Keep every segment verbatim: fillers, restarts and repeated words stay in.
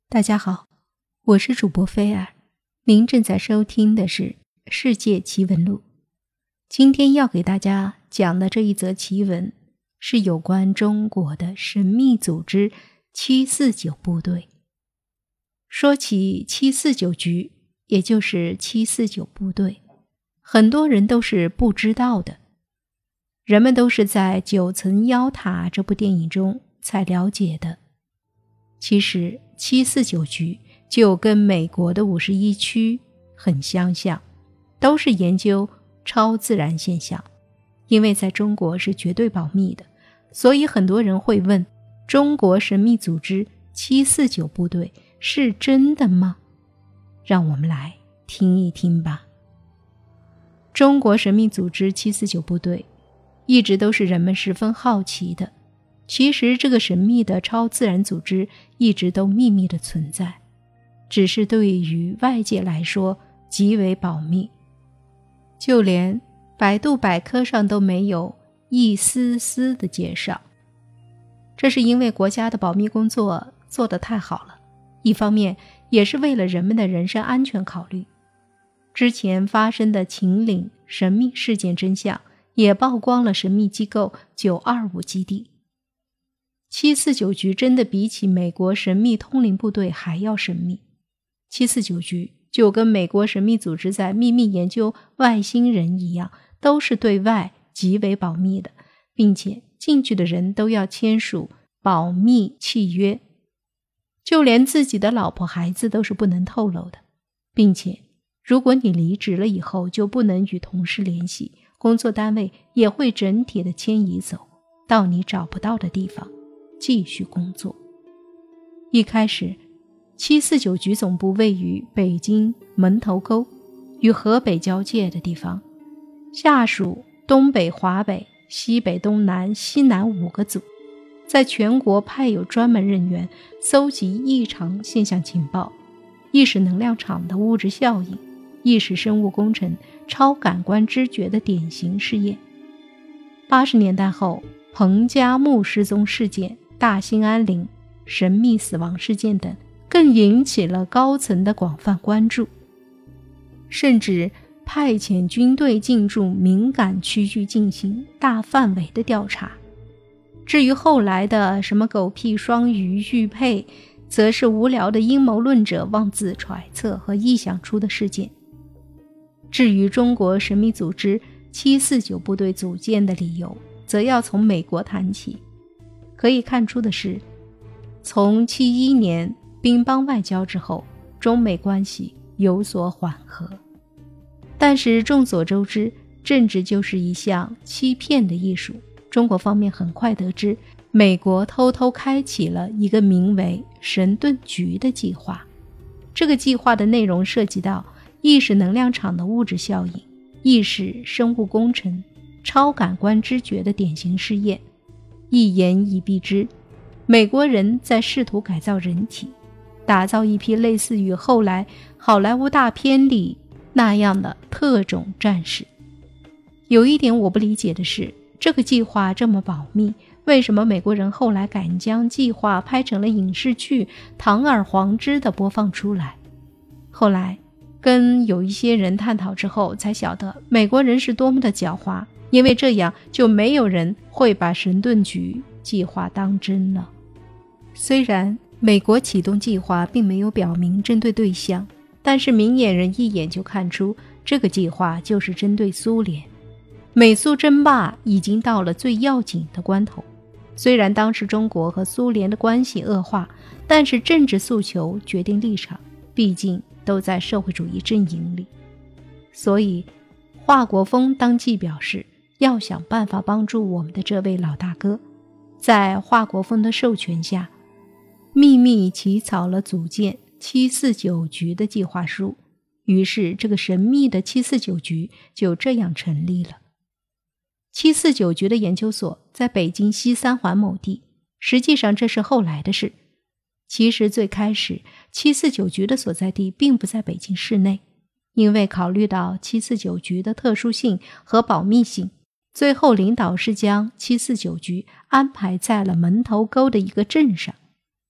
大家好，我是主播菲尔，您正在收听的是《世界奇闻录》。今天要给大家讲的这一则奇闻是有关中国的神秘组织七四九部队。说起七四九局，也就是七四九部队，很多人都是不知道的。人们都是在《九层妖塔》这部电影中才了解的。其实七四九局就跟美国的五十一区很相像，都是研究超自然现象。因为在中国是绝对保密的，所以很多人会问，中国神秘组织七四九部队是真的吗？让我们来听一听吧。中国神秘组织七四九部队一直都是人们十分好奇的。其实这个神秘的超自然组织一直都秘密的存在，只是对于外界来说极为保密，就连百度百科上都没有一丝丝的介绍。这是因为国家的保密工作做得太好了，一方面也是为了人们的人身安全考虑。之前发生的秦岭神秘事件真相也曝光了神秘机构九二五基地。七四九局真的比起美国神秘通灵部队还要神秘。七四九局就跟美国神秘组织在秘密研究外星人一样，都是对外极为保密的，并且进去的人都要签署保密契约，就连自己的老婆孩子都是不能透露的，并且如果你离职了以后就不能与同事联系，工作单位也会整体的迁移走到你找不到的地方继续工作。一开始七四九局总部位于北京门头沟与河北交界的地方，下属东北、华北、西北、东南、西南五个组，在全国派有专门人员搜集异常现象情报，意识能量场的物质效应、意识生物工程、超感官知觉的典型试验。八十年代后，彭加木失踪事件、大兴安岭神秘死亡事件等更引起了高层的广泛关注，甚至派遣军队进驻敏感区域进行大范围的调查。至于后来的什么狗屁双鱼玉佩，则是无聊的阴谋论者妄自揣测和臆想出的事件。至于中国神秘组织七四九部队组建的理由，则要从美国谈起。可以看出的是，从七一年乒乓外交之后，中美关系有所缓和。但是众所周知，政治就是一项欺骗的艺术。中国方面很快得知，美国偷偷开启了一个名为神盾局的计划。这个计划的内容涉及到意识能量场的物质效应、意识生物工程、超感官知觉的典型试验。一言以蔽之，美国人在试图改造人体，打造一批类似于后来好莱坞大片里那样的特种战士。有一点我不理解的是，这个计划这么保密，为什么美国人后来敢将计划拍成了影视剧，堂而皇之地播放出来？后来跟有一些人探讨之后，才晓得美国人是多么的狡猾，因为这样就没有人会把神盾局计划当真了。虽然美国启动计划并没有表明针对对象，但是明眼人一眼就看出这个计划就是针对苏联。美苏争霸已经到了最要紧的关头，虽然当时中国和苏联的关系恶化，但是政治诉求决定立场，毕竟都在社会主义阵营里。所以华国锋当即表示，要想办法帮助我们的这位老大哥。在华国锋的授权下，秘密起草了组建七四九局的计划书，于是这个神秘的七四九局就这样成立了。七四九局的研究所在北京西三环某地，实际上这是后来的事。其实最开始七四九局的所在地并不在北京市内，因为考虑到七四九局的特殊性和保密性，最后领导是将七四九局安排在了门头沟的一个镇上。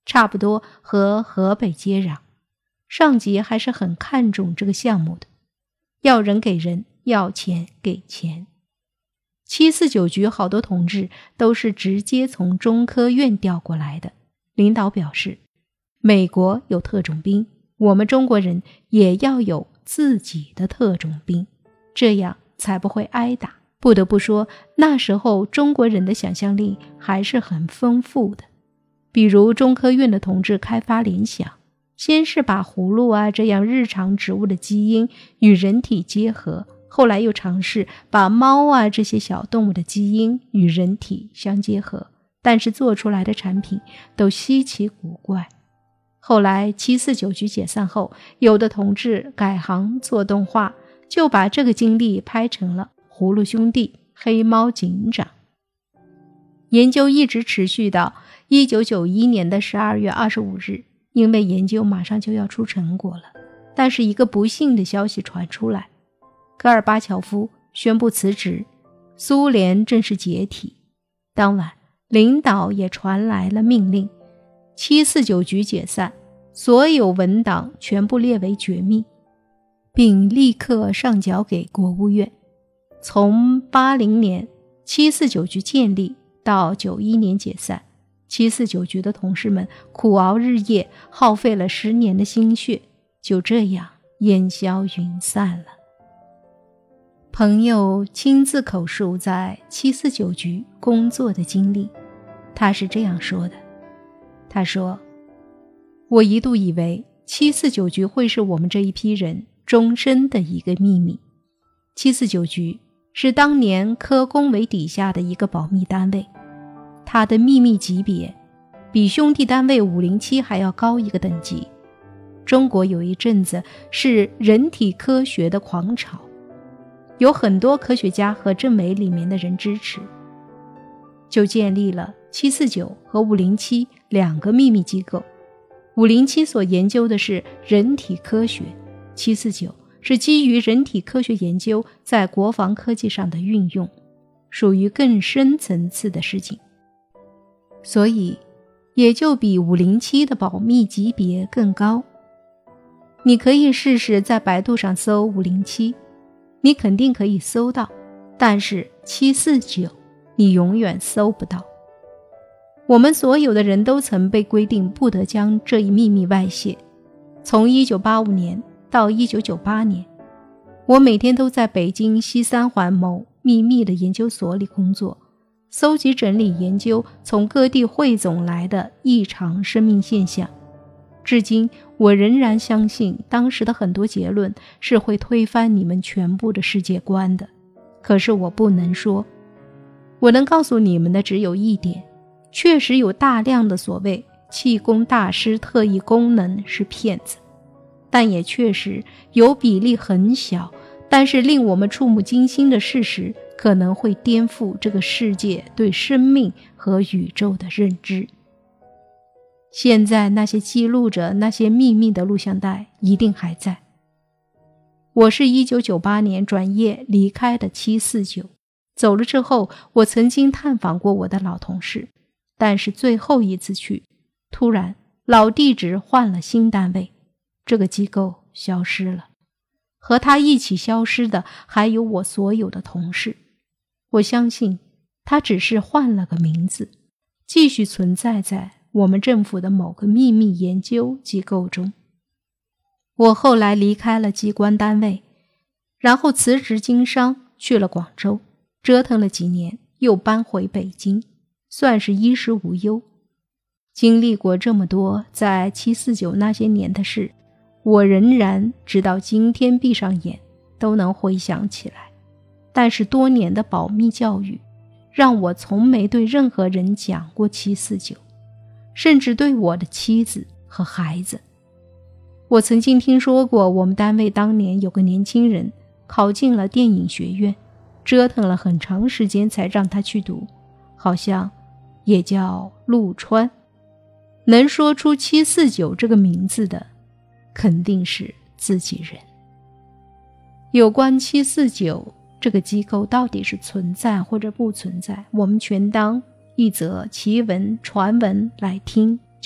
差不多和河北接壤。上级还是很看重这个项目的，要人给人，要钱给钱。七四九局好多同志都是直接从中科院调过来的。领导表示，美国有特种兵，我们中国人也要有自己的特种兵，这样才不会挨打。不得不说，那时候中国人的想象力还是很丰富的。比如中科院的同志开发联想，先是把葫芦啊这样日常植物的基因与人体结合，后来又尝试把猫啊这些小动物的基因与人体相结合，但是做出来的产品都稀奇古怪。后来七四九局解散后，有的同志改行做动画，就把这个经历拍成了葫芦兄弟、黑猫警长。研究一直持续到一九九一年的十二月二十五日，因为研究马上就要出成果了，但是一个不幸的消息传出来，戈尔巴乔夫宣布辞职，苏联正式解体。当晚，领导也传来了命令，七四九局解散，所有文档全部列为绝密，并立刻上缴给国务院。从八零年七四九局建立到九一年解散，七四九局的同事们苦熬日夜，耗费了十年的心血，就这样烟消云散了。朋友亲自口述在七四九局工作的经历，他是这样说的。他说，我一度以为七四九局会是我们这一批人终身的一个秘密。七四九局是当年科工委底下的一个保密单位，它的秘密级别比兄弟单位五零七还要高一个等级。中国有一阵子是人体科学的狂潮，有很多科学家和政委里面的人支持，就建立了七四九和五零七两个秘密机构。五零七所研究的是人体科学，七四九是基于人体科学研究在国防科技上的运用，属于更深层次的事情，所以也就比五零七的保密级别更高。你可以试试在百度上搜五零七，你肯定可以搜到，但是七四九你永远搜不到。我们所有的人都曾被规定不得将这一秘密外泄。从一九八五年到一九九八年，我每天都在北京西三环某秘密的研究所里工作，搜集整理研究从各地汇总来的异常生命现象。至今我仍然相信当时的很多结论是会推翻你们全部的世界观的，可是我不能说。我能告诉你们的只有一点，确实有大量的所谓气功大师特异功能是骗子，但也确实有比例很小但是令我们触目惊心的事实，可能会颠覆这个世界对生命和宇宙的认知。现在那些记录着那些秘密的录像带一定还在。我是一九九八年转业离开的七四九，走了之后，我曾经探访过我的老同事，但是最后一次去，突然老地址换了新单位，这个机构消失了，和他一起消失的还有我所有的同事。我相信他只是换了个名字，继续存在在我们政府的某个秘密研究机构中。我后来离开了机关单位，然后辞职经商去了广州，折腾了几年，又搬回北京，算是衣食无忧。经历过这么多在七四九那些年的事，我仍然直到今天闭上眼都能回想起来。但是多年的保密教育让我从没对任何人讲过七四九，甚至对我的妻子和孩子。我曾经听说过我们单位当年有个年轻人考进了电影学院，折腾了很长时间才让他去读，好像也叫陆川。能说出七四九这个名字的肯定是自己人。有关七四九这个机构到底是存在或者不存在，我们全当一则奇闻传闻来听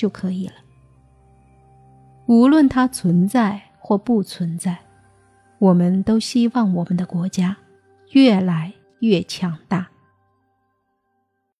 就可以了。无论它存在或不存在，我们都希望我们的国家越来越强大。